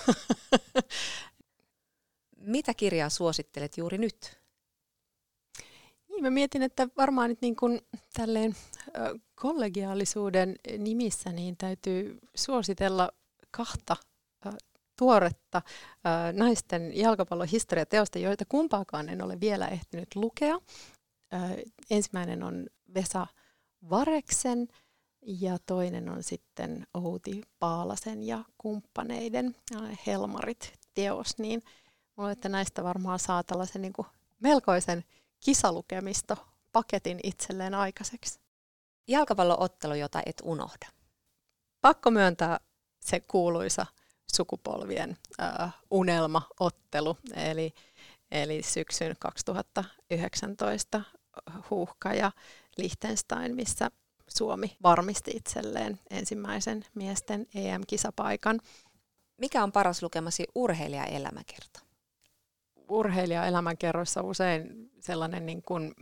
Mitä kirjaa suosittelet juuri nyt? Niin, mä mietin, että varmaan nyt niin kuin tälleen ö, kollegiaalisuuden nimissä niin täytyy suositella kahta ö, tuoretta ö, naisten jalkapallon historiateosta, joita kumpaakaan en ole vielä ehtinyt lukea. Ö, ensimmäinen on Vesa Vareksen ja toinen on sitten Outi Paalasen ja kumppaneiden Helmarit-teos. Niin mulla että näistä varmaan saa tällaisen niin kuin melkoisen kisalukemistopaketin itselleen aikaiseksi. Jalkapalloottelu, jota et unohda. Pakko myöntää se kuuluisa sukupolvien äh, unelmaottelu, eli, eli syksyn kaksituhattayhdeksäntoista Huuhka ja Liechtenstein, missä Suomi varmisti itselleen ensimmäisen miesten E M-kisapaikan. Mikä on paras lukemasi urheilijaelämäkerta? Urheilijaelämänkerroissa usein sellainen niin kuin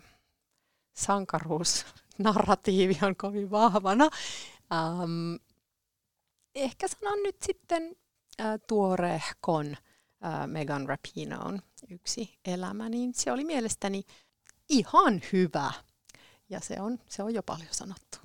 sankaruusnarratiivi on kovin vahvana. Ähm, ehkä sanon nyt sitten äh, tuoreehkon äh, Megan Rapinoen yksi elämä, niin se oli mielestäni ihan hyvä. Ja se on, se on jo paljon sanottu.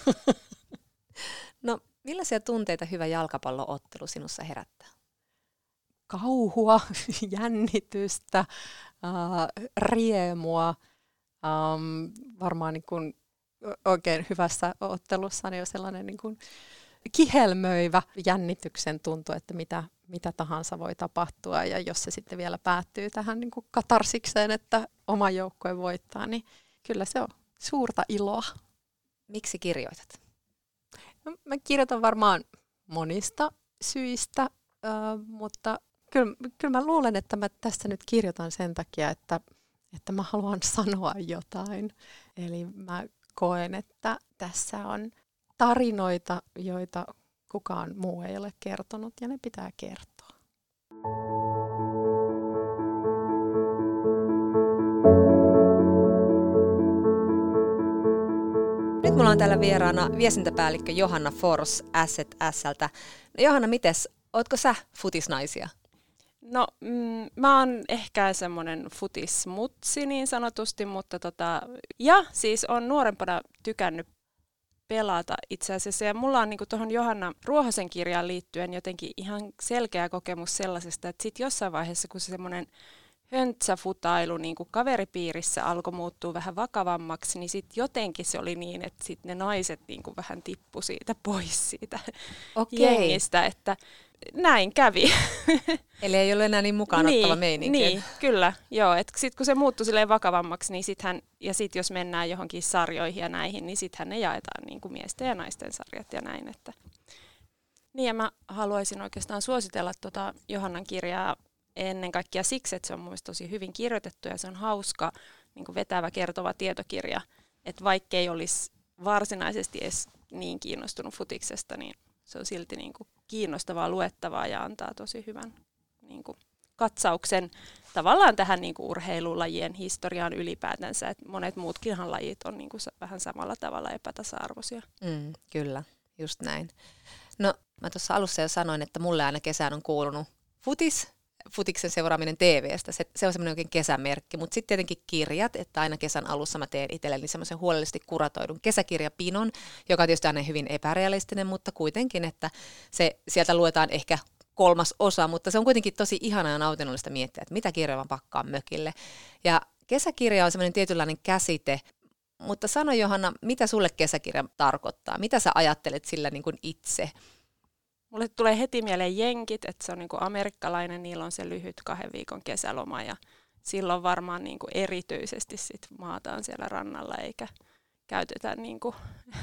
No, millaisia tunteita hyvä jalkapalloottelu sinussa herättää? Kauhua, jännitystä, äh, riemua. Ähm, varmaan niin kuin oikein hyvässä ottelussa niin on sellainen niin kuin kihelmöivä jännityksen tuntu, että mitä, mitä tahansa voi tapahtua. Ja jos se sitten vielä päättyy tähän niin kuin katarsikseen, että oma joukkue voittaa, niin kyllä se on suurta iloa. Miksi kirjoitat? No, mä kirjoitan varmaan monista syistä, äh, mutta kyllä, kyllä mä luulen, että mä tässä nyt kirjoitan sen takia, että, että mä haluan sanoa jotain. Eli mä koen, että tässä on tarinoita, joita kukaan muu ei ole kertonut, ja ne pitää kertoa. Nyt mulla on täällä vieraana viestintäpäällikkö Johanna Fors S Z S:ltä. No Johanna, mites? Ootko sä futisnaisia? No, mm, mä oon ehkä semmoinen futismutsi niin sanotusti, mutta tota, ja siis on nuorempana tykännyt pelata itse asiassa. Ja mulla on niinku tuohon Johanna Ruohosen kirjaan liittyen jotenkin ihan selkeä kokemus sellaisesta, että sit jossain vaiheessa, kun se semmoinen höntsäfutailu niin kuin kaveripiirissä alkoi muuttua vähän vakavammaksi, niin sitten jotenkin se oli niin, että sit ne naiset niin kuin vähän tippu siitä pois siitä Okei. jengistä, että näin kävi. Eli ei ole enää niin mukaan niin, ottava meininki. Niin, kyllä. Joo, että sitten kun se muuttui silleen vakavammaksi, niin sittenhän, ja sitten jos mennään johonkin sarjoihin ja näihin, niin sittenhän ne jaetaan niin kuin miesten ja naisten sarjat ja näin. Että. Niin, ja mä haluaisin oikeastaan suositella tuota Johannan kirjaa ennen kaikkea siksi, että se on mun mielestä tosi hyvin kirjoitettu ja se on hauska, niin kuin vetävä, kertova tietokirja. Että vaikkei olisi varsinaisesti edes niin kiinnostunut futiksesta, niin se on silti niin kuin kiinnostavaa luettavaa ja antaa tosi hyvän niin kuin katsauksen tavallaan tähän niin kuin urheilulajien historiaan ylipäätänsä. Et monet muutkinhan lajit on niin kuin vähän samalla tavalla epätasa-arvoisia. Mm, kyllä, just näin. No, mä tuossa alussa jo sanoin, että mulle aina kesään on kuulunut futis, futiksen seuraaminen T V:stä. Se, se on semmoinen oikein kesämerkki, mutta sitten tietenkin kirjat, että aina kesän alussa mä teen itselleni semmoisen huolellisesti kuratoidun kesäkirjapinon, joka on tietysti aina hyvin epärealistinen, mutta kuitenkin, että se sieltä luetaan ehkä kolmas osa, mutta se on kuitenkin tosi ihanaa ja nautinnollista miettiä, että mitä kirjoja mä pakkaan mökille. Ja kesäkirja on semmoinen tietynlainen käsite, mutta sano Johanna, mitä sulle kesäkirja tarkoittaa? Mitä sä ajattelet sillä niin kuin itse? Mulle tulee heti mieleen jenkit, että se on niinku amerikkalainen, niillä on se lyhyt kahden viikon kesäloma ja silloin varmaan niinku erityisesti sit maataan siellä rannalla eikä käytetä niinku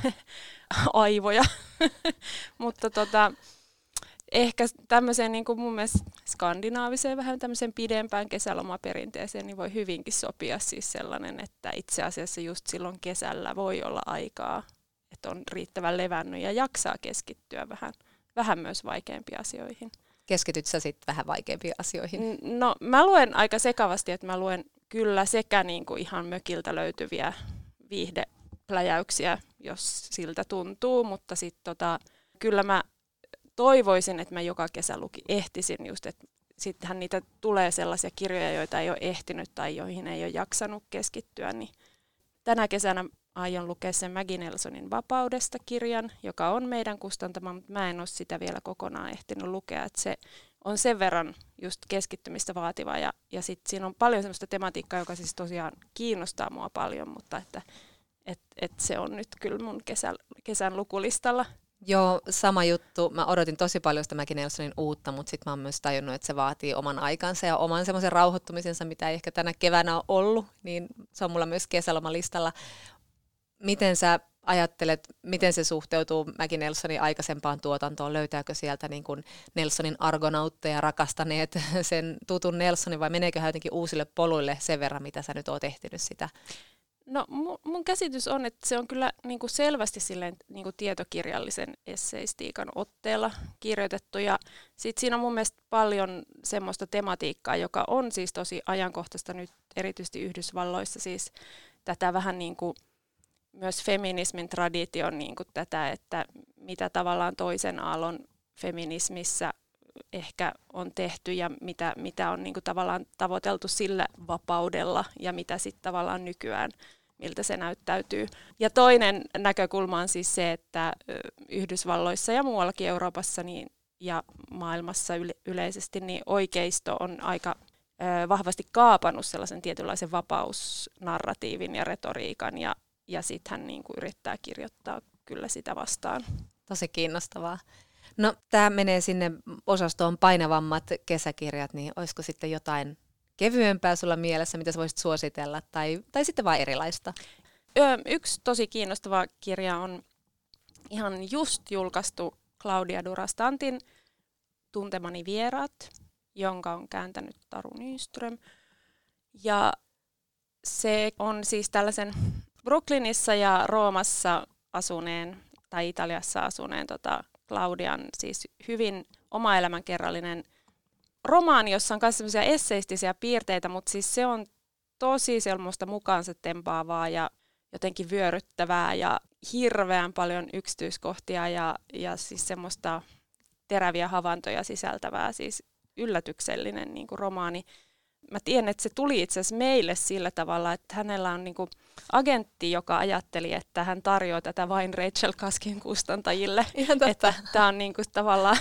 aivoja. Mutta tota, ehkä tämmöiseen niinku mun mielestä skandinaaviseen vähän tämmöiseen pidempään kesälomaperinteeseen niin voi hyvinkin sopia siis sellainen, että itse asiassa just silloin kesällä voi olla aikaa, että on riittävän levännyt ja jaksaa keskittyä vähän. Vähän myös vaikeampiin asioihin. Keskityt sä sitten vähän vaikeampiin asioihin? No mä luen aika sekavasti, että mä luen kyllä sekä niin kuin ihan mökiltä löytyviä viihdepläjäyksiä, jos siltä tuntuu, mutta sitten tota, kyllä mä toivoisin, että mä joka kesä luki ehtisin just, että sittenhän niitä tulee sellaisia kirjoja, joita ei ole ehtinyt tai joihin ei ole jaksanut keskittyä, niin tänä kesänä aion lukea sen Maggie Nelsonin Vapaudesta kirjan, joka on meidän kustantama, mutta mä en ole sitä vielä kokonaan ehtinyt lukea. Että se on sen verran just keskittymistä vaativa ja, ja sitten siinä on paljon sellaista tematiikkaa, joka siis tosiaan kiinnostaa mua paljon, mutta että et, et se on nyt kyllä mun kesän, kesän lukulistalla. Joo, sama juttu. Mä odotin tosi paljon sitä Maggie Nelsonin uutta, mutta sitten mä oon myös tajunnut, että se vaatii oman aikansa ja oman semmoisen rauhoittumisensa, mitä ei ehkä tänä keväänä ole ollut, niin se on mulla myös kesälomalistalla. Miten sä ajattelet, miten se suhteutuu Maggie Nelsonin aikaisempaan tuotantoon? Löytääkö sieltä niin kuin Nelsonin argonautteja rakastaneet sen tutun Nelsonin vai meneekö hän jotenkin uusille poluille sen verran, mitä sä nyt oot ehtinyt sitä? No mun käsitys on, että se on kyllä niin kuin selvästi silleen, niin kuin tietokirjallisen esseistiikan otteella kirjoitettu ja sit siinä on mun mielestä paljon semmoista tematiikkaa, joka on siis tosi ajankohtaista nyt erityisesti Yhdysvalloissa siis tätä vähän niin kuin myös feminismin tradition niin kuin tätä, että mitä tavallaan toisen aallon feminismissä ehkä on tehty ja mitä, mitä on niin kuin tavallaan tavoiteltu sillä vapaudella ja mitä sitten tavallaan nykyään, miltä se näyttäytyy. Ja toinen näkökulma on siis se, että Yhdysvalloissa ja muuallakin Euroopassa niin, ja maailmassa yle- yleisesti niin oikeisto on aika ö, vahvasti kaapannut sellaisen tietynlaisen vapausnarratiivin ja retoriikan ja, ja sitten hän niin kuin yrittää kirjoittaa kyllä sitä vastaan. Tosi kiinnostavaa. No tämä menee sinne osastoon painavammat kesäkirjat, niin olisiko sitten jotain kevyempää sulla mielessä, mitä sä voisit suositella, tai, tai sitten vain erilaista? Öö, yksi tosi kiinnostava kirja on ihan just julkaistu Claudia Durastantin Tuntemani vieraat, jonka on kääntänyt Taru Nyström. Ja se on siis tällaisen Brooklynissa ja Roomassa asuneen, tai Italiassa asuneen tota, Claudian siis hyvin omaelämänkerrallinen romaani, jossa on myös sellaisia esseistisiä piirteitä, mutta siis se on tosi semmoista mukaansa tempaavaa ja jotenkin vyöryttävää ja hirveän paljon yksityiskohtia ja, ja siis semmoista teräviä havaintoja sisältävää, siis yllätyksellinen niin kuin romaani. Mä tiedän, että se tuli itse asiassa meille sillä tavalla, että hänellä on niin kuin agentti, joka ajatteli, että hän tarjoaa tätä vain Rachel Kaskin kustantajille. Että tämä on niin kuin tavallaan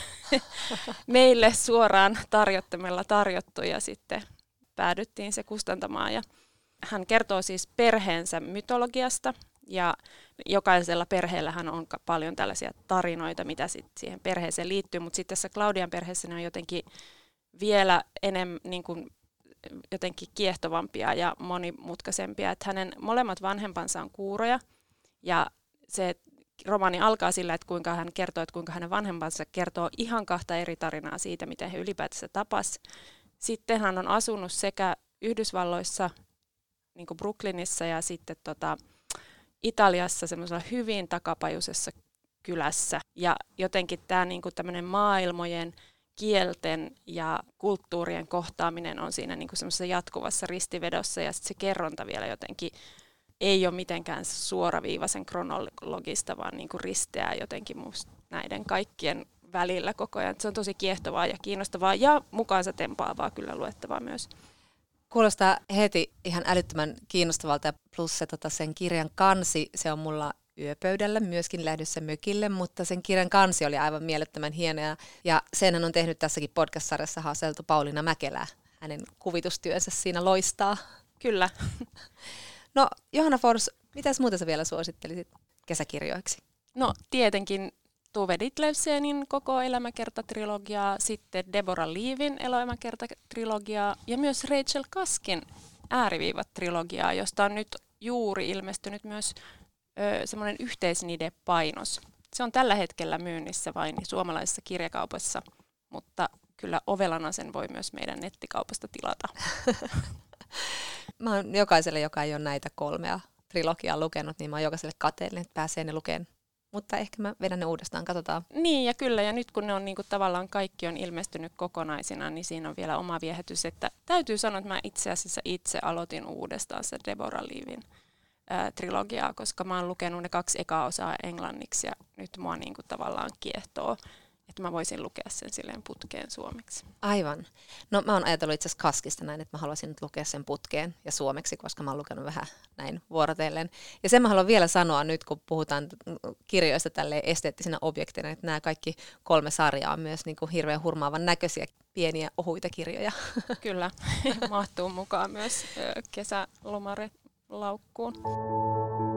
meille suoraan tarjottamella tarjottu ja sitten päädyttiin se kustantamaan. Ja hän kertoo siis perheensä mytologiasta ja jokaisella perheellähän on paljon tällaisia tarinoita, mitä sit siihen perheeseen liittyy, mutta sitten tässä Claudian perheessä ne on jotenkin vielä enemmän niin kuin jotenkin kiehtovampia ja monimutkaisempia, että hänen molemmat vanhempansa on kuuroja ja se romaani alkaa sillä, että kuinka hän kertoo, että kuinka hänen vanhempansa kertoo ihan kahta eri tarinaa siitä, miten he ylipäätänsä tapas. Sitten hän on asunut sekä Yhdysvalloissa, niin kuin Brooklynissa ja sitten tota, Italiassa semmoisella hyvin takapajuisessa kylässä ja jotenkin tämä niin kuin tämmöinen maailmojen kielten ja kulttuurien kohtaaminen on siinä niin kuin semmoisessa jatkuvassa ristivedossa ja sitten se kerronta vielä jotenkin ei ole mitenkään suoraviivaisen kronologista, vaan niin kuin risteää jotenkin musta näiden kaikkien välillä koko ajan. Se on tosi kiehtovaa ja kiinnostavaa ja mukaansa tempaavaa kyllä luettavaa myös. Kuulostaa heti ihan älyttömän kiinnostavalta ja plus se tota, sen kirjan kansi, se on mulla yöpöydällä myöskin lähdössä mökille, mutta sen kirjan kansi oli aivan mielettömän hieno ja, ja senhän on tehnyt tässäkin podcast-sarjassa haaseltu Pauliina Mäkelää. Hänen kuvitustyönsä siinä loistaa. Kyllä. No Johanna Fors, mitäs muuta sä vielä suosittelisit kesäkirjoiksi? No tietenkin Tove Ditlevsenin koko elämäkertatrilogiaa, sitten Deborah Leavin elämäkertatrilogiaa ja myös Rachel Kaskin ääriviivat-trilogiaa, josta on nyt juuri ilmestynyt myös ö, semmoinen yhteisnidepainos. Se on tällä hetkellä myynnissä vain suomalaisessa kirjakaupassa, mutta kyllä ovelana sen voi myös meidän nettikaupasta tilata. Mä oon jokaiselle, joka ei ole näitä kolmea trilogiaa lukenut, niin mä oon jokaiselle kateellinen, että pääsee ne lukemaan. Mutta ehkä mä vedän ne uudestaan, katsotaan. Niin ja kyllä, ja nyt kun ne on niin kuin tavallaan kaikki on ilmestynyt kokonaisina, niin siinä on vielä oma viehätys. Että täytyy sanoa, että mä itse asiassa itse aloitin uudestaan se Deborah Leavin ää, trilogiaa, koska mä oon lukenut ne kaksi ekaa osaa englanniksi ja nyt mua niin kuin tavallaan kiehtoo, että mä voisin lukea sen silleen putkeen suomeksi. Aivan. No mä oon ajatellut itse asiassa Kaskista näin, että mä haluaisin nyt lukea sen putkeen ja suomeksi, koska mä oon lukenut vähän näin vuorotellen. Ja sen mä haluan vielä sanoa nyt, kun puhutaan kirjoista tälleen esteettisinä objekteina, että nämä kaikki kolme sarjaa on myös niin kuin hirveän hurmaavan näköisiä pieniä ohuita kirjoja. Kyllä, mahtuu mukaan myös kesälomare laukkuun.